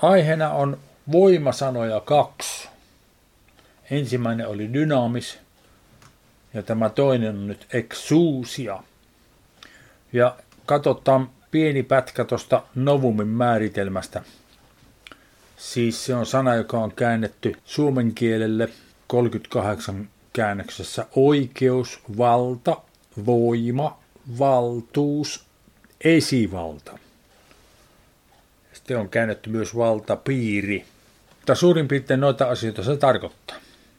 Aiheena on voimasanoja 2. Ensimmäinen oli dynamis ja tämä toinen on nyt exousia. Ja katsotaan pieni pätkä tuosta novumin määritelmästä. Siis se on sana, joka on käännetty suomen kielelle 38 käännöksessä oikeus, valta, voima, valtuus, esivalta. Sitten on käännetty myös valtapiiri. Mutta suurin piirtein noita asioita se tarkoittaa.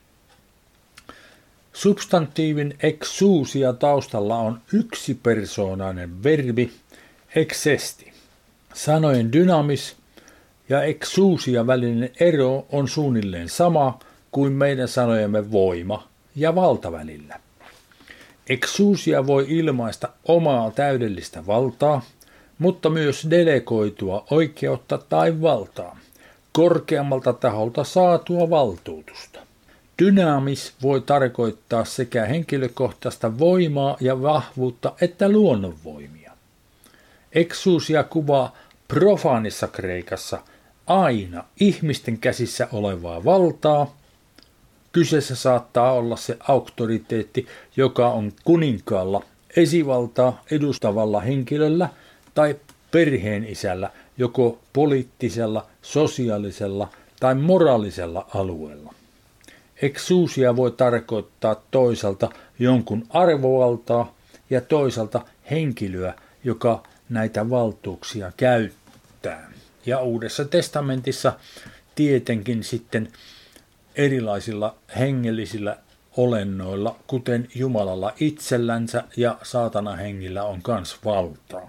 Substantiivin exousia taustalla on yksipersoonainen verbi exesti. Sanojen dynamis ja exousia välinen ero on suunnilleen sama kuin meidän sanojemme voima ja valta välillä. Exousia voi ilmaista omaa täydellistä valtaa, mutta myös delegoitua oikeutta tai valtaa, korkeammalta taholta saatua valtuutusta. Dynamis voi tarkoittaa sekä henkilökohtaista voimaa ja vahvuutta että luonnonvoimia. Exousia kuvaa profaanissa Kreikassa aina ihmisten käsissä olevaa valtaa. Kyseessä saattaa olla se auktoriteetti, joka on kuninkaalla, esivaltaa edustavalla henkilöllä tai perheenisällä, joko poliittisella, sosiaalisella tai moraalisella alueella. Exousia voi tarkoittaa toisaalta jonkun arvovaltaa ja toisaalta henkilöä, joka näitä valtuuksia käyttää. Ja Uudessa testamentissa tietenkin sitten erilaisilla hengellisillä olennoilla, kuten Jumalalla itsellänsä ja saatanan hengillä on kans valtaa.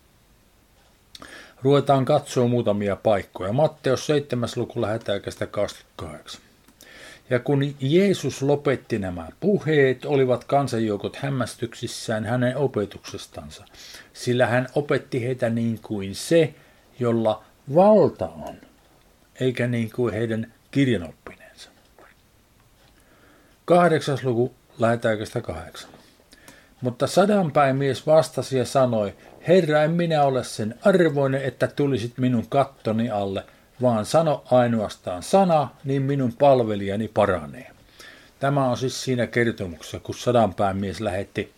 Ruvetaan katsoa muutamia paikkoja. Matteus 7. luku lähdetään 28. Ja kun Jeesus lopetti nämä puheet, olivat kansanjoukot hämmästyksissään hänen opetuksestansa, sillä hän opetti heitä niin kuin se, jolla valta on, eikä niin kuin heidän kirjanoppineensa. 8. luku lähdetään 8. Mutta sadanpäimies vastasi ja sanoi, Herra, en minä ole sen arvoinen, että tulisit minun kattoni alle, vaan sano ainoastaan sana, niin minun palvelijani paranee. Tämä on siis siinä kertomuksessa, kun sadanpäimies lähetti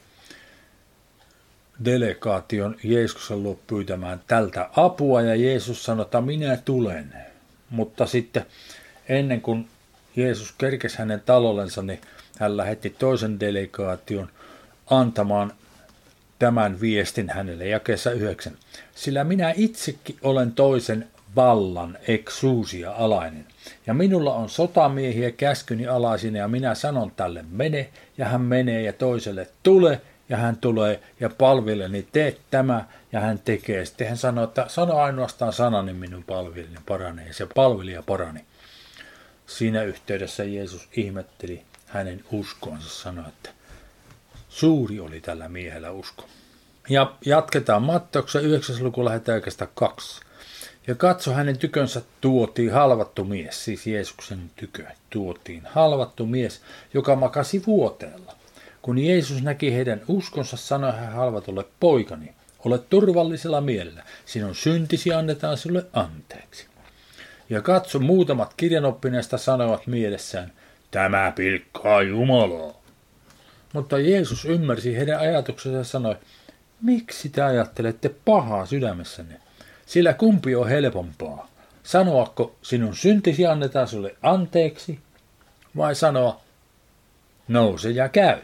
delegaation Jeesuksen luo pyytämään tältä apua, ja Jeesus sanoi, että minä tulen. Mutta sitten ennen kuin Jeesus kerkesi hänen talollensa, niin hän lähetti toisen delegaation antamaan tämän viestin hänelle jakeessa 9. Sillä minä itsekin olen toisen vallan exousia alainen. Ja minulla on sotamiehiä käskyni alaisina ja minä sanon tälle mene ja hän menee ja toiselle tule ja hän tulee ja palvelijani tee tämä ja hän tekee. Sitten hän sanoo, että sano ainoastaan sanani minun palvelijani paranee ja se palvelija parani. Siinä yhteydessä Jeesus ihmetteli hänen uskonsa, sanoi, että suuri oli tällä miehellä usko. Ja jatketaan Matteuksen 9. luku lähdetään 2. Ja katso, hänen tykönsä tuotiin halvattu mies, siis Jeesuksen tykö tuotiin halvattu mies, joka makasi vuoteella. Kun Jeesus näki heidän uskonsa, sanoi hän halvatulle, poikani, ole turvallisella mielellä, sinun syntisi annetaan sinulle anteeksi. Ja katso, muutamat kirjanoppineista sanoivat mielessään, tämä pilkkaa Jumalaa. Mutta Jeesus ymmärsi heidän ajatuksensa ja sanoi, miksi te ajattelette pahaa sydämessänne? Sillä kumpi on helpompaa? Sanoako sinun syntisi annetaan sulle anteeksi vai sanoa nouse ja käy?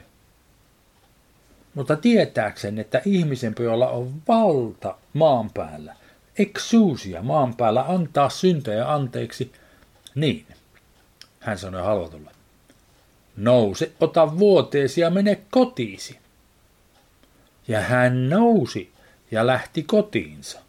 Mutta tietääkseni, että ihmisen pojalla on valta maan päällä, exousia maan päällä antaa syntejä anteeksi, niin hän sanoi halvatulle, nouse, ota vuoteesi ja mene kotiisi. Ja hän nousi ja lähti kotiinsa.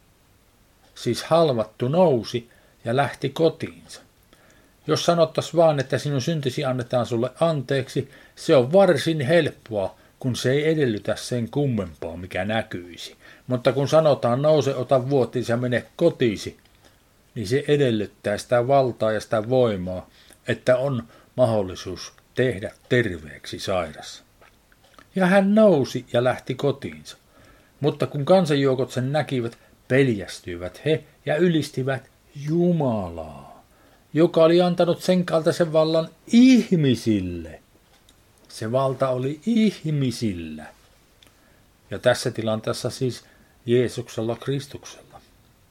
Siis halvattu nousi ja lähti kotiinsa. Jos sanottaisiin vaan, että sinun syntisi annetaan sulle anteeksi, se on varsin helppoa, kun se ei edellytä sen kummempaa, mikä näkyisi. Mutta kun sanotaan nouse, ota vuotiisi ja mene kotiisi, niin se edellyttää sitä valtaa ja sitä voimaa, että on mahdollisuus tehdä terveeksi sairas. Ja hän nousi ja lähti kotiinsa. Mutta kun kansanjoukot sen näkivät, peljästyivät he ja ylistivät Jumalaa, joka oli antanut sen kaltaisen vallan ihmisille. Se valta oli ihmisillä. Ja tässä tilanteessa siis Jeesuksella Kristuksella.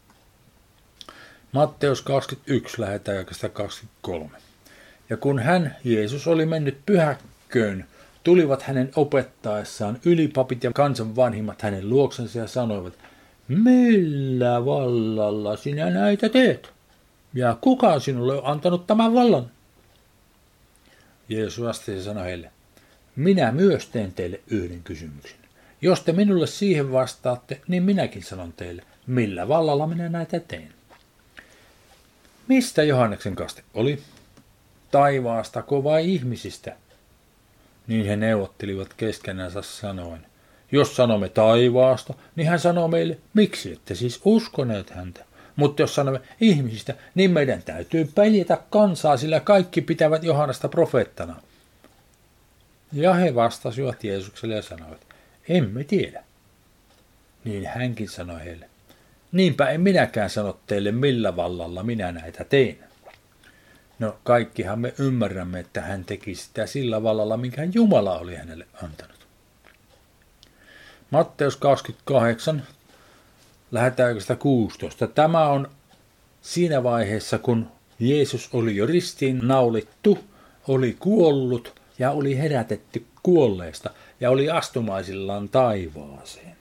Matteus 21 lähdetään jakesta 23. Ja kun hän, Jeesus, oli mennyt pyhäkköön, tulivat hänen opettaessaan ylipapit ja kansan vanhimmat hänen luoksensa ja sanoivat, millä vallalla sinä näitä teet? Ja kuka on sinulle antanut tämän vallan? Jeesus vastasi ja sanoi heille, minä myös teen teille yhden kysymyksen. Jos te minulle siihen vastaatte, niin minäkin sanon teille, millä vallalla minä näitä teen. Mistä Johanneksen kaste oli? Taivaastako vai ihmisistä? Niin he neuvottelivat keskenänsä sanoen. Jos sanomme taivaasta, niin hän sanoo meille, miksi ette siis uskoneet häntä? Mutta jos sanomme ihmisistä, niin meidän täytyy peljätä kansaa, sillä kaikki pitävät Johannesta profeettana. Ja he vastasivat Jeesukselle ja sanoivat, emme tiedä. Niin hänkin sanoi heille, niinpä en minäkään sano teille, millä vallalla minä näitä teen. No kaikkihan me ymmärrämme, että hän teki sitä sillä vallalla, minkä Jumala oli hänelle antanut. Matteus 28, lähdetään 16. Tämä on siinä vaiheessa, kun Jeesus oli jo ristiin naulittu, oli kuollut ja oli herätetty kuolleesta ja oli astumaisillaan taivaaseen.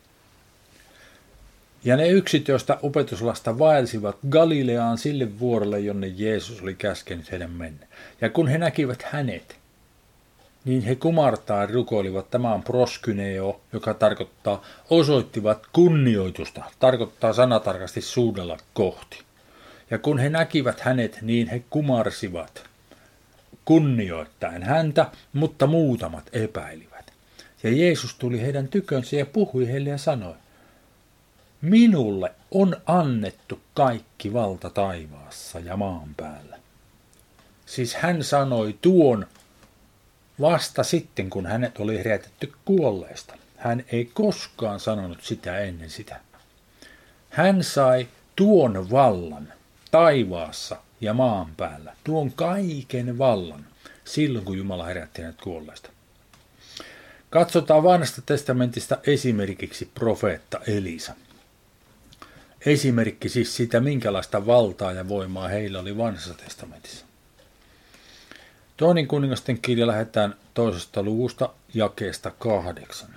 Ja ne 11 opetuslasta vaelsivat Galileaan sille vuorelle, jonne Jeesus oli käskenyt heidän mennä. Ja kun he näkivät hänet, niin he kumartaen rukoilivat, tämä on proskyneo, joka tarkoittaa osoittivat kunnioitusta, tarkoittaa sanatarkasti suudella kohti. Ja kun he näkivät hänet, niin he kumarsivat kunnioittaen häntä, mutta muutamat epäilivät. Ja Jeesus tuli heidän tykönsä ja puhui heille ja sanoi, minulle on annettu kaikki valta taivaassa ja maan päällä. Siis hän sanoi tuon vasta sitten, kun hänet oli herätetty kuolleesta. Hän ei koskaan sanonut sitä ennen sitä. Hän sai tuon vallan taivaassa ja maan päällä, tuon kaiken vallan, silloin kun Jumala herätti hänet kuolleesta. Katsotaan Vanhasta testamentista esimerkiksi profeetta Elisa. Esimerkki siis siitä, minkälaista valtaa ja voimaa heillä oli Vanhassa testamentissa. Toinen kuningasten kirja lähdetään 2. luvusta jakeesta 8.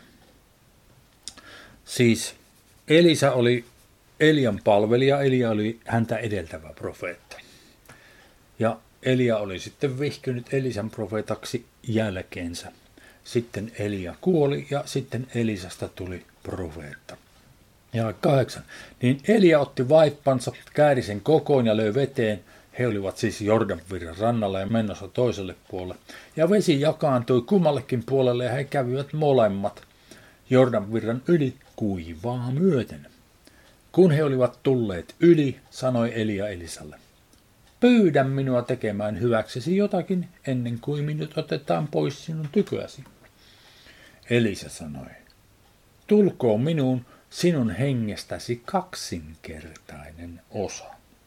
Siis Elisa oli Elian palvelija, Elia oli häntä edeltävä profeetta. Ja Elia oli sitten vihkynyt Elisan profeetaksi jälkeensä. Sitten Elia kuoli ja sitten Elisasta tuli profeetta. Ja 8. Niin Elia otti vaippansa, kääri sen kokoon ja löi veteen. He olivat siis Jordanvirran rannalla ja menossa toiselle puolelle. Ja vesi jakaantui kummallekin puolelle ja he kävivät molemmat Jordanvirran yli kuivaa myöten. Kun he olivat tulleet yli, sanoi Elia Elisalle, pyydä minua tekemään hyväksesi jotakin ennen kuin minut otetaan pois sinun tyköäsi. Elisa sanoi, tulkoon minuun sinun hengestäsi kaksinkertainen osa.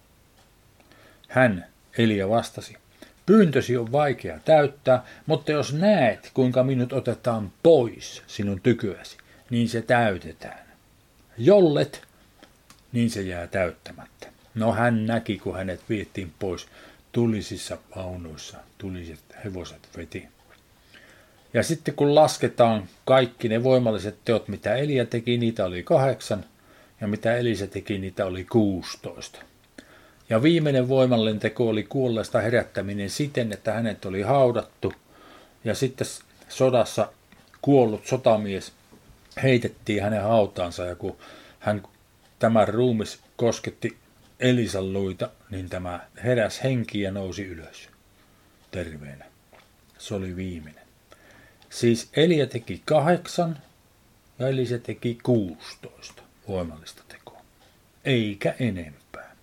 Hän, Elia, vastasi, pyyntösi on vaikea täyttää, mutta jos näet, kuinka minut otetaan pois sinun tyköäsi, niin se täytetään. Jollet, niin se jää täyttämättä. No hän näki, kun hänet vietiin pois tulisissa vaunuissa, tuliset hevoset veti. Ja sitten kun lasketaan kaikki ne voimalliset teot, mitä Elia teki, niitä oli 8, ja mitä Elisa teki, niitä oli 16. Ja viimeinen voimallinen teko oli kuolleesta herättäminen siten, että hänet oli haudattu, ja sitten sodassa kuollut sotamies heitettiin hänen hautaansa, ja kun tämä ruumis kosketti Elisan luita, niin tämä heräsi henki ja nousi ylös terveenä. Se oli viimeinen. Siis Elia teki 8 ja Elisa teki 16 voimallista tekoa, eikä enempää.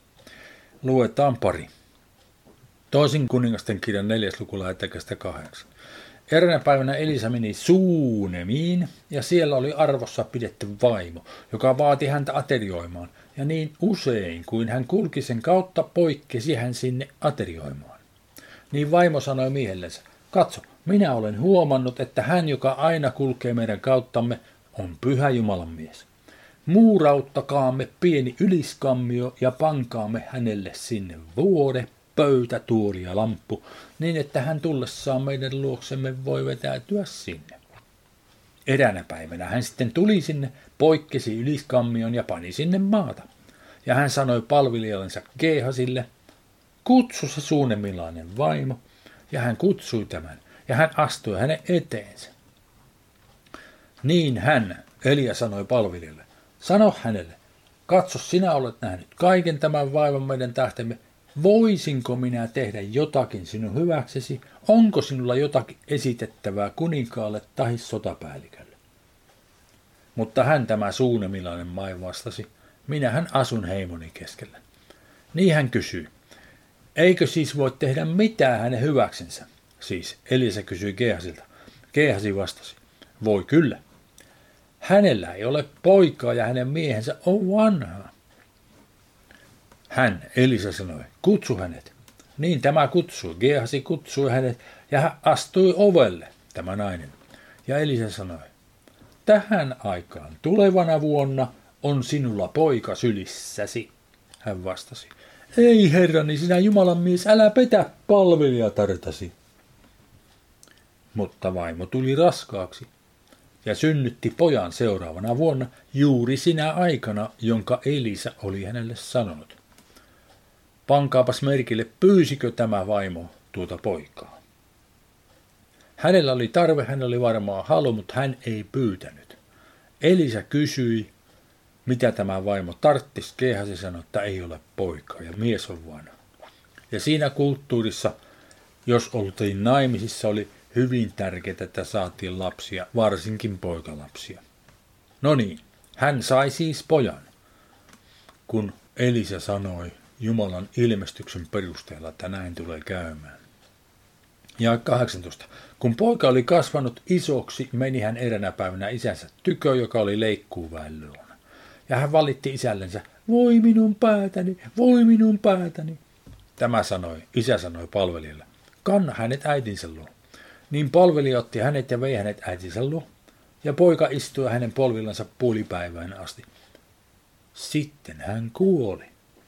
Luetaan pari. Toisen kuningasten kirjan 4. luku lähetään 8. Eräänä päivänä Elisa meni Suunemiin, ja siellä oli arvossa pidetty vaimo, joka vaati häntä aterioimaan, ja niin usein kuin hän kulki sen kautta, poikkesi hän sinne aterioimaan. Niin vaimo sanoi miehellensä, katso, minä olen huomannut, että hän, joka aina kulkee meidän kauttamme, on pyhä Jumalan mies. Muurauttakaamme pieni yliskammio ja pankaamme hänelle sinne vuode, pöytä, tuoli ja lamppu, niin että hän tullessaan meidän luoksemme voi vetäytyä sinne. Eräänä päivänä hän sitten tuli sinne, poikkesi yliskammion ja pani sinne maata. Ja hän sanoi palvelijallensa Geehasille, kutsu se suunemilainen vaimo, ja hän kutsui tämän, ja hän astui hänen eteensä. Niin hän, Elia sanoi palvelijalle, sano hänelle, katso sinä olet nähnyt kaiken tämän vaivan meidän tähtemme, voisinko minä tehdä jotakin sinun hyväksesi, onko sinulla jotakin esitettävää kuninkaalle tai sotapäällikölle? Mutta hän tämä suunemilainen mai vastasi, minähän asun heimoni keskellä. Niin hän kysyi, eikö siis voi tehdä mitään hänen hyväksensä? Siis Elisa kysyi Gehasilta. Gehasi vastasi, voi kyllä. Hänellä ei ole poikaa ja hänen miehensä on vanha. Hän, Elisa sanoi, kutsu hänet. Niin tämä kutsui. Gehasi kutsui hänet ja hän astui ovelle, tämä nainen. Ja Elisa sanoi, tähän aikaan tulevana vuonna on sinulla poika sylissäsi. Hän vastasi, ei herrani, sinä Jumalan mies, älä petä palvelijatartasi. Mutta vaimo tuli raskaaksi ja synnytti pojan seuraavana vuonna juuri sinä aikana, jonka Elisa oli hänelle sanonut. Pankaapas merkille, pyysikö tämä vaimo tuota poikaa. Hänellä oli tarve, hänellä oli varmaan halu, mutta hän ei pyytänyt. Elisa kysyi, mitä tämä vaimo tarttisi. Gehasi sanoi, että ei ole poikaa ja mies on vanha. Ja siinä kulttuurissa, jos oltiin naimisissa, oli hyvin tärkeää, että saatiin lapsia, varsinkin poikalapsia. No niin, hän sai siis pojan, kun Elisa sanoi Jumalan ilmestyksen perusteella, että näin tulee käymään. Ja 18. Kun poika oli kasvanut isoksi, meni hän eräänä päivänä isänsä tykö, joka oli leikkuuväen luona. Ja hän valitti isällensä, voi minun päätäni, voi minun päätäni. Isä sanoi palvelijalle, kanna hänet äitinsä luo. Niin palvelija otti hänet ja vei hänet äitinsä luo, ja poika istui hänen polvillansa puolipäivään asti. Sitten hän kuoli.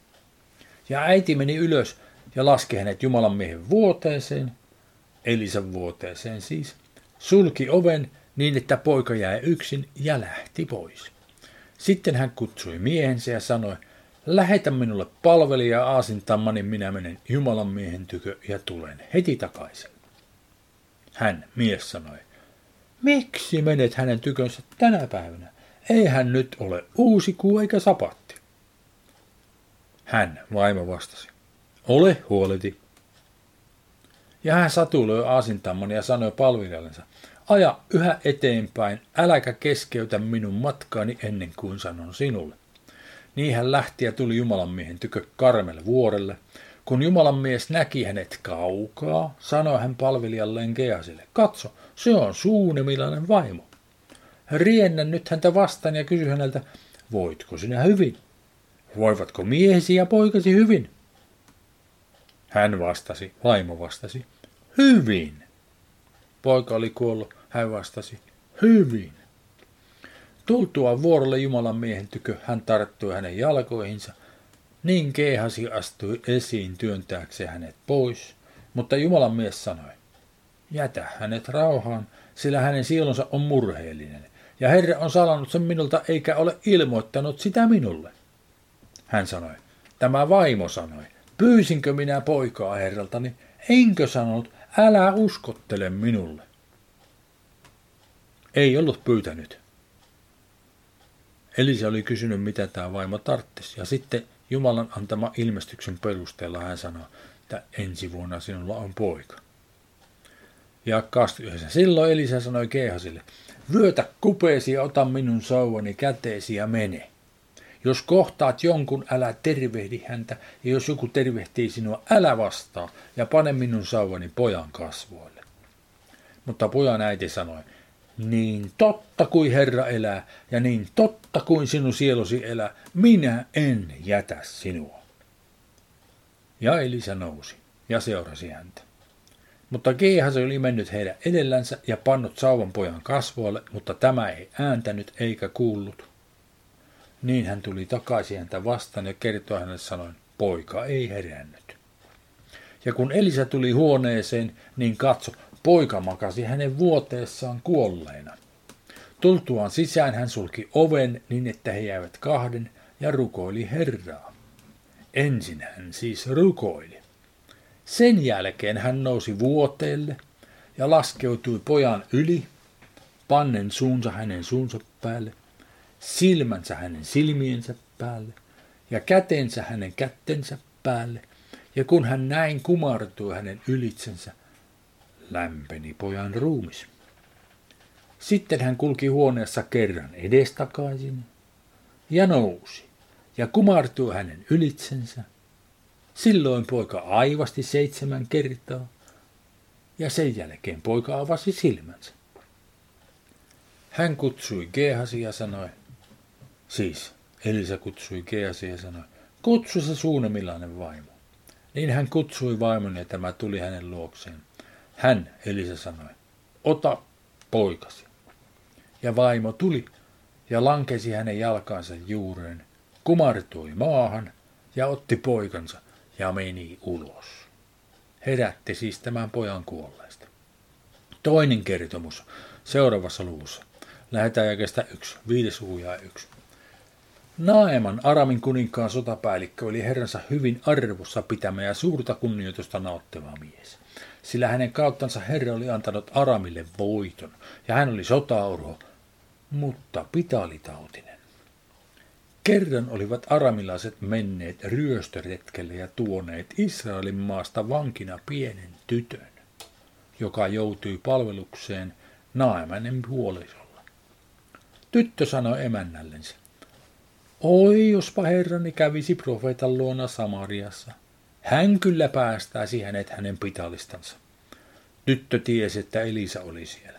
Ja äiti meni ylös ja laski hänet Jumalan miehen vuoteeseen, Elisan vuoteeseen siis, sulki oven niin, että poika jäi yksin ja lähti pois. Sitten hän kutsui miehensä ja sanoi, lähetä minulle palvelija aasintamma, niin minä menen Jumalan miehen tykö ja tulen heti takaisin. Hän, mies, sanoi, miksi menet hänen tykönsä tänä päivänä? Eihän nyt ole uusi kuu eikä sapatti. Hän, vaimo, vastasi, ole huoleti. Ja hän satuloi aasintamman ja sanoi palvelijallensa, aja yhä eteenpäin, äläkä keskeytä minun matkaani ennen kuin sanon sinulle. Niin hän lähti ja tuli Jumalan miehen tykö Karmel vuorelle. Kun Jumalan mies näki hänet kaukaa, sanoi hän palvelijalleen Gehasille, katso, se on suunemilainen vaimo. Riennä nyt häntä vastaan ja kysy häneltä, voitko sinä hyvin? Voivatko miehesi ja poikasi hyvin? Vaimo vastasi, hyvin. Poika oli kuollut, hän vastasi, hyvin. Tultuaan vuorolle Jumalan miehen tykö, hän tarttui hänen jalkoihinsa. Niin Gehasi astui esiin työntääkseen hänet pois, mutta Jumalan mies sanoi, jätä hänet rauhaan, sillä hänen sielunsa on murheellinen, ja Herra on salannut sen minulta eikä ole ilmoittanut sitä minulle. Hän sanoi, tämä vaimo sanoi, pyysinkö minä poikaa Herraltani, enkö sanonut, älä uskottele minulle. Ei ollut pyytänyt. Elisa oli kysynyt, mitä tämä vaimo tarttisi, ja sitten Jumalan antama ilmestyksen perusteella hän sanoi, että ensi vuonna sinulla on poika. Ja 29. Silloin Elisa sanoi Gehasille, vyötä kupeesi ja ota minun sauvani käteesi ja mene. Jos kohtaat jonkun, älä tervehdi häntä, ja jos joku tervehtii sinua, älä vastaa, ja pane minun sauvani pojan kasvoille. Mutta pojan äiti sanoi, niin totta kuin Herra elää ja niin totta kuin sinun sielusi elää, minä en jätä sinua. Ja Elisa nousi ja seurasi häntä. Mutta Geehasi oli mennyt heidän edellänsä ja pannut sauvan pojan kasvoille, mutta tämä ei ääntänyt eikä kuullut. Niin hän tuli takaisin häntä vastaan ja kertoi hänelle sanoen, poika ei herännyt. Ja kun Elisa tuli huoneeseen, niin katso, poika makasi hänen vuoteessaan kuolleena. Tultuaan sisään hän sulki oven niin, että he jäivät kahden ja rukoili Herraa. Ensin hän siis rukoili. Sen jälkeen hän nousi vuoteelle ja laskeutui pojan yli, pannen suunsa hänen suunsa päälle, silmänsä hänen silmiensä päälle ja kätensä hänen kättensä päälle. Ja kun hän näin kumartui hänen ylitsensä, lämpeni pojan ruumis. Sitten hän kulki huoneessa kerran edestakaisin ja nousi ja kumartui hänen ylitsensä. Silloin poika aivasti 7 kertaa ja sen jälkeen poika avasi silmänsä. Hän kutsui Gehasia ja sanoi, siis Elisa kutsui Gehasia ja sanoi, kutsu se Suunemilainen vaimo. Niin hän kutsui vaimon ja tämä tuli hänen luokseen. Hän, Elisa, sanoi, ota poikasi. Ja vaimo tuli ja lankesi hänen jalkansa juureen, kumartui maahan ja otti poikansa ja meni ulos. Herätti siis tämän pojan kuolleesta. Toinen kertomus seuraavassa luvussa. Lähdetään jakeesta 1, 5. luku ja 1. Naeman Aramin kuninkaan sotapäällikkö oli herransa hyvin arvossa pitämä ja suurta kunnioitusta nauttiva mies. Sillä hänen kauttansa Herra oli antanut Aramille voiton, ja hän oli sotaorho, mutta pitalitautinen. Kerran olivat aramilaiset menneet ryöstöretkelle ja tuoneet Israelin maasta vankina pienen tytön, joka joutui palvelukseen Naemanin puolisolla. Tyttö sanoi emännällensä, oi, jospa herrani kävisi profeetan luona Samariassa. Hän kyllä päästäisi hänet hänen pitalistansa. Tyttö tiesi, että Elisa oli siellä.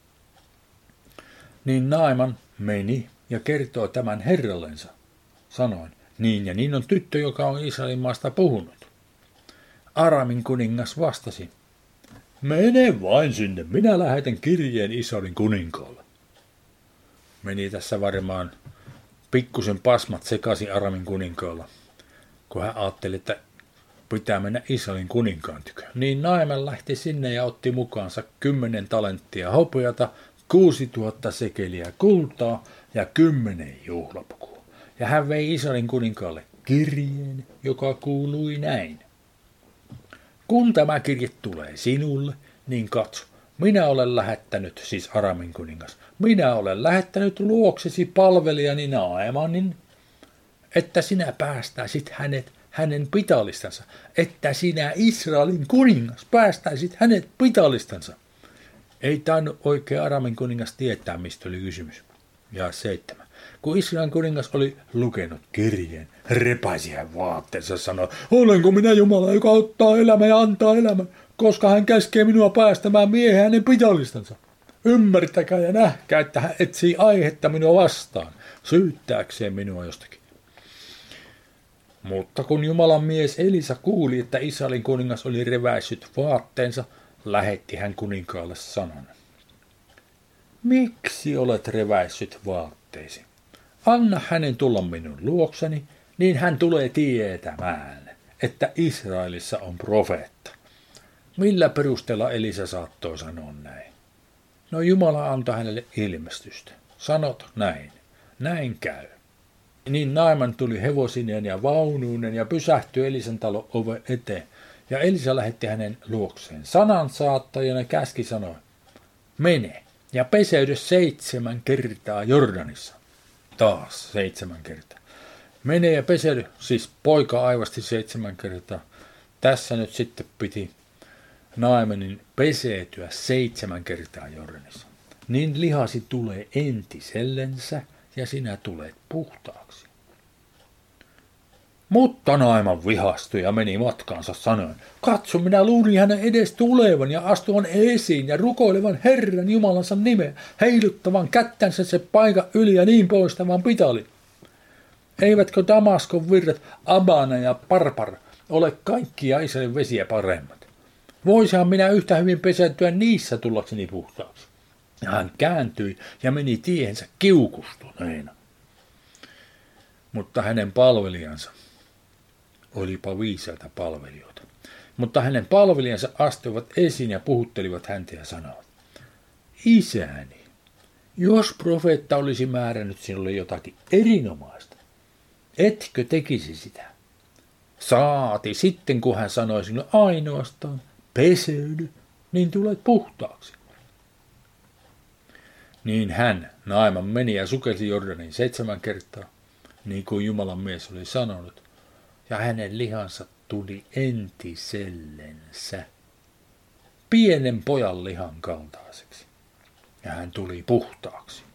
Niin Naeman meni ja kertoi tämän herrallensa. Sanoin, niin ja niin on tyttö, joka on Israelin maasta puhunut. Aramin kuningas vastasi, mene vain sinne, minä lähetän kirjeen Israelin kuninkaalle. Meni tässä varmaan pikkusen pasmat sekaisin Aramin kuninkaalla, kun hän ajatteli, että pitää mennä Israelin kuninkaan tykö. Niin Naeman lähti sinne ja otti mukaansa 10 talenttia hopeata, 6000 sekeliä kultaa ja 10 juhlapukua. Ja hän vei Israelin kuninkaalle kirjeen, joka kuului näin. Kun tämä kirje tulee sinulle, niin katso, minä olen lähettänyt, siis Aramin kuningas, minä olen lähettänyt luoksesi palvelijani Naemanin, että sinä päästäisit hänen pitalistansa, että sinä Israelin kuningas päästäisit hänet pitalistansa. Ei tainnut oikein Aramin kuningas tietää, mistä oli kysymys. Ja 7. Kun Israelin kuningas oli lukenut kirjeen, repäisi hän vaatteensa ja sanoi, olenko minä Jumala, joka ottaa elämän ja antaa elämän, koska hän käskee minua päästämään miehen hänen pitalistansa. Ymmärtäkää ja nähkää, että hän etsii aihetta minua vastaan, syyttääkseen minua jostakin. Mutta kun Jumalan mies Elisa kuuli, että Israelin kuningas oli reväissyt vaatteensa, lähetti hän kuninkaalle sanon. Miksi olet reväissyt vaatteesi? Anna hänen tulla minun luokseni, niin hän tulee tietämään, että Israelissa on profeetta. Millä perusteella Elisa saattoi sanoa näin? No Jumala antoi hänelle ilmestystä. Sanot näin. Näin käy. Niin Naeman tuli hevosineen ja vaunuinen ja pysähtyi Elisan talon oven eteen. Ja Elisa lähetti hänen luokseen sanansaattajana ja käski sanoi, mene ja peseydy 7 kertaa Jordanissa. Taas 7 kertaa. Mene ja peseydy, siis poika aivasti 7 kertaa. Tässä nyt sitten piti Naemanin peseytyä 7 kertaa Jordanissa. Niin lihasi tulee entisellensä ja sinä tulet puhtaaksi. Mutta Naaman vihastui ja meni matkaansa sanoen, katso, minä luulin hänen edes tulevan ja astuvan esiin ja rukoilevan Herran Jumalansa nimeä, heiluttavan kättänsä se paikan yli ja niin poistavan pitali. Eivätkö Damaskon virrat Abana ja Parpar ole kaikkia Israelin vesiä paremmat? Voisihan minä yhtä hyvin pesääntyä niissä tullakseni puhtaaksi. Ja hän kääntyi ja meni tiehensä kiukustuneena. Mutta hänen palvelijansa, olipa viisaita palvelijoita, mutta hänen palvelijansa astuivat esiin ja puhuttelivat häntä ja sanoivat, isäni, jos profeetta olisi määrännyt sinulle jotakin erinomaista, etkö tekisi sitä? Saati sitten, kun hän sanoi sinulle ainoastaan, peseydy, niin tulet puhtaaksi. Niin hän, Naaman, meni ja sukelsi Jordanin 7 kertaa, niin kuin Jumalan mies oli sanonut, ja hänen lihansa tuli entisellensä, pienen pojan lihan kaltaiseksi, ja hän tuli puhtaaksi.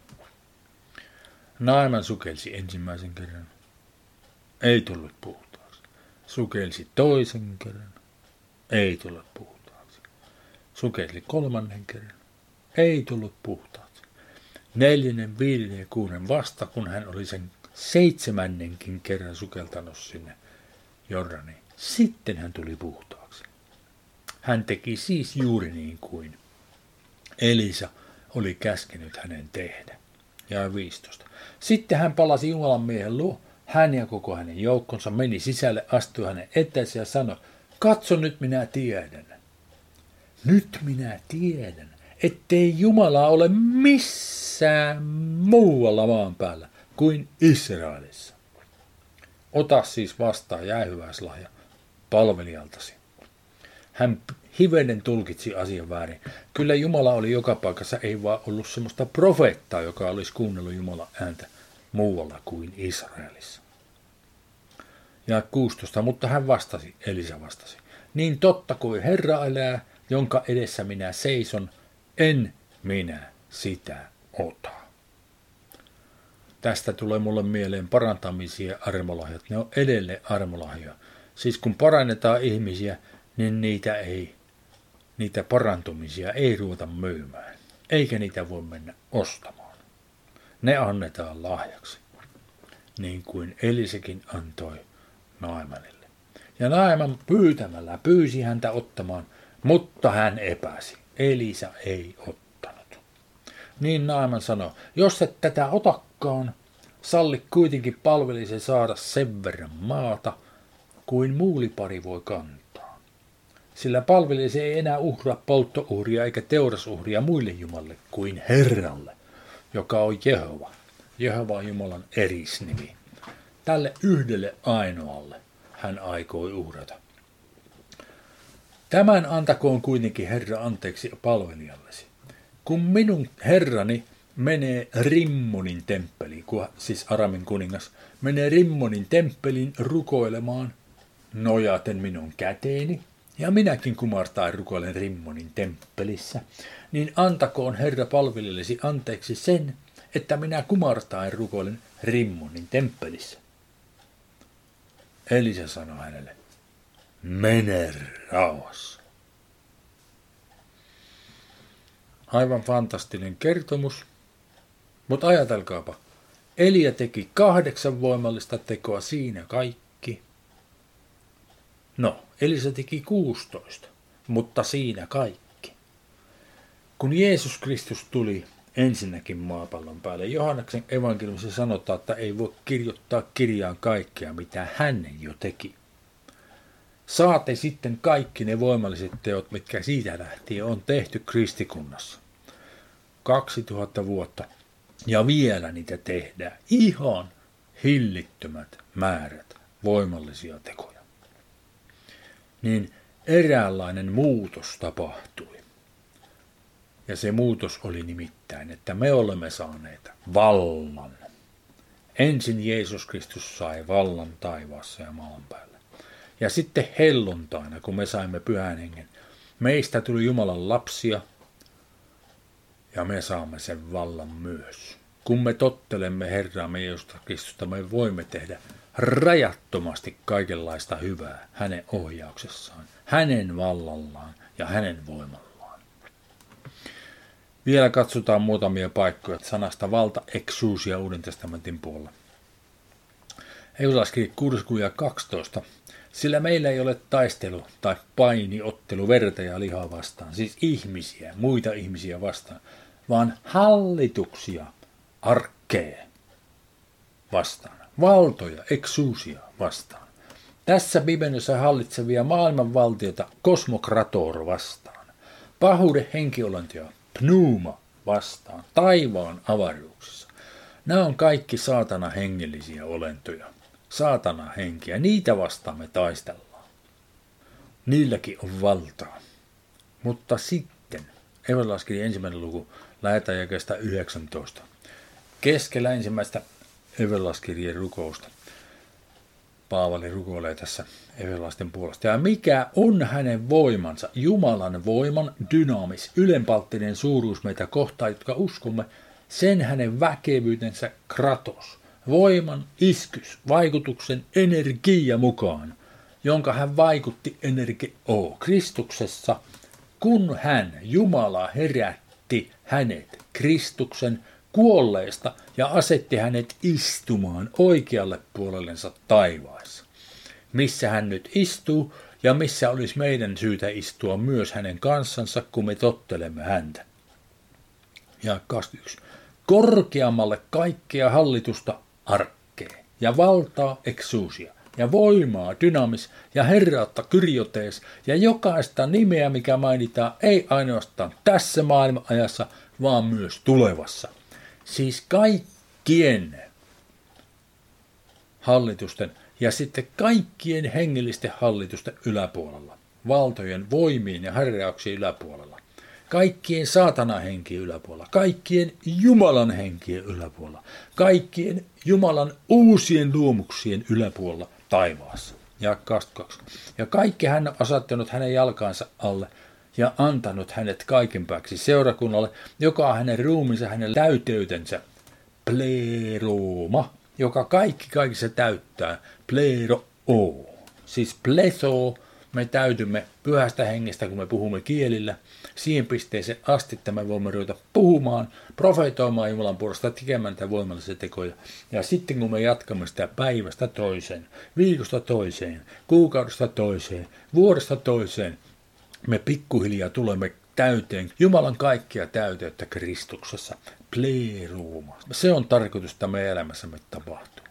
Naaman sukelsi ensimmäisen kerran, ei tullut puhtaaksi. Sukelsi toisen kerran, ei tullut puhtaaksi. Sukelsi 3. kerran, ei tullut puhtaaksi. 4., 5. ja 6. vasta, kun hän oli sen 7. kerran sukeltanut sinne Jordaniin. Sitten hän tuli puhtaaksi. Hän teki siis juuri niin kuin Elisa oli käskenyt hänen tehdä. Ja 15. Sitten hän palasi Jumalan miehen luo. Hän ja koko hänen joukkonsa meni sisälle, astui hänen eteensä ja sanoi, katso nyt minä tiedän. Nyt minä tiedän, ettei Jumala ole missään muualla maan päällä kuin Israelissa. Ota siis vastaan jäähyväislahja palvelijaltasi. Hän hivenen tulkitsi asian väärin. Kyllä Jumala oli joka paikassa, ei vaan ollut semmoista profeettaa, joka olisi kuunnellut Jumalan ääntä muualla kuin Israelissa. Ja 16, mutta hän vastasi, Elisa vastasi, niin totta kuin Herra elää, jonka edessä minä seison, en minä sitä ota. Tästä tulee mulle mieleen parantamisia armolahjat. Ne on edelleen armolahjoja. Siis kun parannetaan ihmisiä, niin niitä parantumisia ei ruveta myymään. Eikä niitä voi mennä ostamaan. Ne annetaan lahjaksi. Niin kuin Elisekin antoi Naamanille. Ja Naaman pyytämällä pyysi häntä ottamaan, mutta hän epäsi. Elisa ei ottanut. Niin Naaman sanoi, jos et tätä otakaan, salli kuitenkin palvelisen saada sen verran maata, kuin muulipari voi kantaa. Sillä palvelisi ei enää uhraa polttouhria eikä teurasuhria muille jumalle kuin Herralle, joka on Jehova. Jehova on Jumalan erisnimi. Tälle yhdelle ainoalle hän aikoi uhrata. Tämän antakoon kuitenkin Herra anteeksi palvelijallesi. Kun minun herrani menee Rimmonin temppeliin, siis Aramin kuningas, menee Rimmonin temppeliin rukoilemaan nojaten minun käteeni, ja minäkin kumartain rukoilen Rimmonin temppelissä, niin antakoon Herra palvelijallesi anteeksi sen, että minä kumartain rukoilen Rimmonin temppelissä. Elisa sanoi hänelle, mene rauhassa. Aivan fantastinen kertomus, mutta ajatelkaapa, Elia teki 8 voimallista tekoa siinä kaikki. No, Elisa teki 16, mutta siinä kaikki. Kun Jeesus Kristus tuli ensinnäkin maapallon päälle, Johanneksen evankeliumissa sanotaan, että ei voi kirjoittaa kirjaan kaikkea, mitä hän jo teki. Saate sitten kaikki ne voimalliset teot, mitkä siitä lähtien on tehty kristikunnassa. 2000 vuotta. Ja vielä niitä tehdään. Ihan hillittömät määrät voimallisia tekoja. Niin eräänlainen muutos tapahtui. Ja se muutos oli nimittäin, että me olemme saaneet vallan. Ensin Jeesus Kristus sai vallan taivaassa ja maan päällä. Ja sitten helluntaina, kun me saimme Pyhän Hengen, meistä tuli Jumalan lapsia ja me saamme sen vallan myös. Kun me tottelemme Herraamme Jeesusta Kristusta, me voimme tehdä rajattomasti kaikenlaista hyvää hänen ohjauksessaan, hänen vallallaan ja hänen voimallaan. Vielä katsotaan muutamia paikkoja sanasta valta exousia Uuden testamentin puolella. Efesolaiskirje 6:12. Sillä meillä ei ole taistelu tai painiottelu verta ja lihaa vastaan, siis ihmisiä, muita ihmisiä vastaan, vaan hallituksia, arkkee vastaan, valtoja, exousia vastaan. Tässä Bibeliassa hallitsevia maailmanvaltiota, kosmokrator vastaan, pahuuden henkiolentoja, pneuma vastaan, taivaan avaruuksissa. Nämä on kaikki saatana hengellisiä olentoja, saatana henkiä, niitä vastaan me taistellaan. Niilläkin on valtaa. Mutta sitten, Efesolaiskirje 1. luku, lähetään jakeesta 19. Keskellä ensimmäistä Efesolaiskirjeen rukousta Paavali rukoilee tässä efesolaisten puolesta. Ja mikä on hänen voimansa, Jumalan voiman, dynaamis, ylenpalttinen suuruus meitä kohtaan, jotka uskomme, sen hänen väkevyytensä kratos, voiman iskys, vaikutuksen energia mukaan, jonka hän vaikutti Kristuksessa, kun hän, Jumala, herätti hänet Kristuksen kuolleista ja asetti hänet istumaan oikealle puolellensa taivaassa, missä hän nyt istuu ja missä olisi meidän syytä istua myös hänen kanssansa, kun me tottelemme häntä. Ja 21. Korkeammalle kaikkea hallitusta arkkee ja valtaa exousia ja voimaa dynamis ja herrautta kyriotees ja jokaista nimeä, mikä mainitaan ei ainoastaan tässä maailmanajassa, vaan myös tulevassa. Siis kaikkien hallitusten ja sitten kaikkien hengellisten hallitusten yläpuolella, valtojen voimiin ja herrauksien yläpuolella, kaikkien saatanahenkien yläpuolella, kaikkien Jumalan henkien yläpuolella, kaikkien Jumalan uusien luomuksien yläpuolella taivaassa. Ja 22. Ja kaikki hän on asettanut hänen jalkansa alle ja antanut hänet kaiken pääksi seurakunnalle, joka on hänen ruumiinsa, hänen täyteytensä, pleroma, joka kaikki kaikissa täyttää, plero o. Siis pleso, me täytymme pyhästä hengestä, kun me puhumme kielillä, siihen pisteeseen asti, että me voimme ruveta puhumaan, profetoimaan Jumalan puolesta, tekemään näitä voimallisia tekoja. Ja sitten kun me jatkamme sitä päivästä toiseen, viikosta toiseen, kuukaudesta toiseen, vuodesta toiseen, me pikkuhiljaa tulemme täyteen Jumalan kaikkia täyteyttä Kristuksessa, pleroma. Se on tarkoitus, että meidän elämässämme tapahtuu.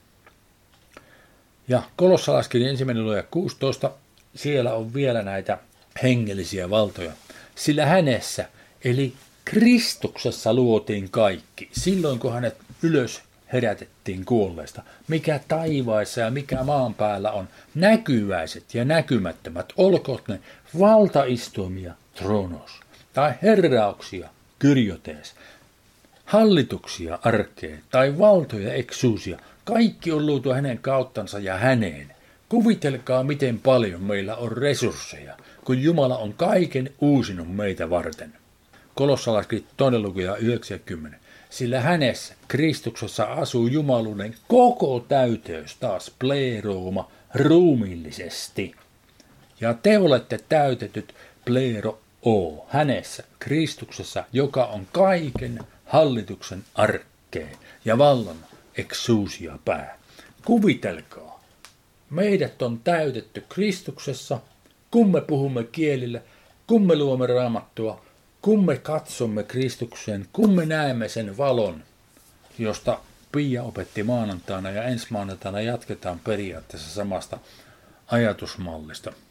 Ja Kolossalaiskirje 1. luku 16, siellä on vielä näitä hengellisiä valtoja. Sillä hänessä, eli Kristuksessa luotiin kaikki, silloin kun hänet ylös herätettiin kuolleista, mikä taivaissa ja mikä maan päällä on, näkyväiset ja näkymättömät, olkoot ne valtaistuimia, tronos, tai herrauksia, kyrjotees, hallituksia, arkeen, tai valtoja, exousia, kaikki on luotu hänen kauttansa ja häneen. Kuvitelkaa, miten paljon meillä on resursseja, kun Jumala on kaiken uusinut meitä varten. Kolossalaiskirje 2. luku 90. Sillä hänessä, Kristuksessa, asuu jumaluuden koko täyteys, taas pleroma, ruumiillisesti. Ja te olette täytetyt plero o, hänessä, Kristuksessa, joka on kaiken hallituksen arkkeen ja vallan exousia pää. Kuvitelkaa, meidät on täytetty Kristuksessa, kun me puhumme kielillä, kun me luomme raamattua, kun me katsomme Kristukseen, kun me näemme sen valon, josta Pia opetti maanantaina ja ensi maanantaina jatketaan periaatteessa samasta ajatusmallista.